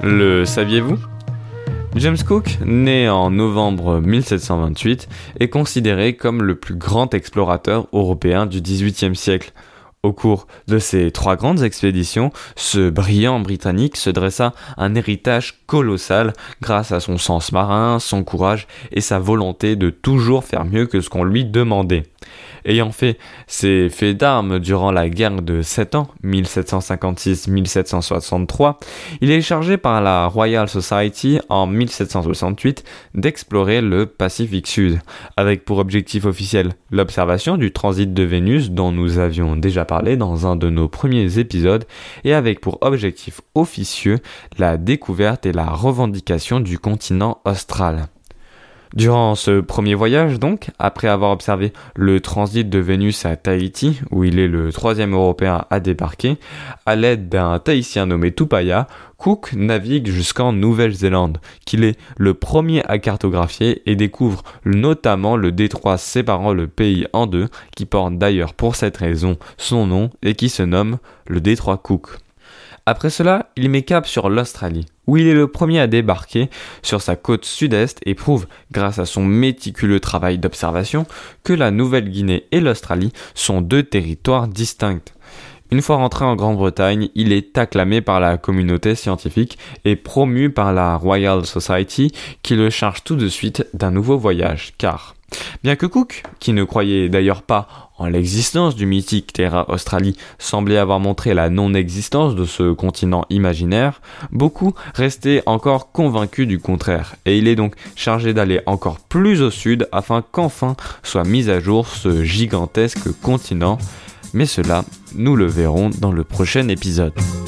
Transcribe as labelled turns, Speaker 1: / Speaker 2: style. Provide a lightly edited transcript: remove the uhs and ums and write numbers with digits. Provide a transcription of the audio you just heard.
Speaker 1: Le saviez-vous ? James Cook, né en novembre 1728, est considéré comme le plus grand explorateur européen du XVIIIe siècle. Au cours de ces 3 grandes expéditions, ce brillant Britannique se dressa un héritage colossal grâce à son sens marin, son courage et sa volonté de toujours faire mieux que ce qu'on lui demandait. Ayant fait ses faits d'armes durant la guerre de 7 ans, 1756-1763, il est chargé par la Royal Society en 1768 d'explorer le Pacifique Sud, avec pour objectif officiel l'observation du transit de Vénus dont nous avions déjà parlé dans un de nos premiers épisodes, et avec pour objectif officieux la découverte et la revendication du continent austral. Durant ce premier voyage donc, après avoir observé le transit de Vénus à Tahiti, où il est le 3e Européen à débarquer, à l'aide d'un Tahitien nommé Tupaya, Cook navigue jusqu'en Nouvelle-Zélande, qu'il est le premier à cartographier et découvre notamment le détroit séparant le pays en deux, qui porte d'ailleurs pour cette raison son nom et qui se nomme le détroit Cook. Après cela, il met cap sur l'Australie, où il est le premier à débarquer sur sa côte sud-est et prouve, grâce à son méticuleux travail d'observation, que la Nouvelle-Guinée et l'Australie sont 2 territoires distincts. Une fois rentré en Grande-Bretagne, il est acclamé par la communauté scientifique et promu par la Royal Society qui le charge tout de suite d'un nouveau voyage, car bien que Cook, qui ne croyait d'ailleurs pas en l'existence du mythique Terra Australis, semblait avoir montré la non-existence de ce continent imaginaire, beaucoup restaient encore convaincus du contraire, et il est donc chargé d'aller encore plus au sud afin qu'enfin soit mis à jour ce gigantesque continent. Mais cela, nous le verrons dans le prochain épisode.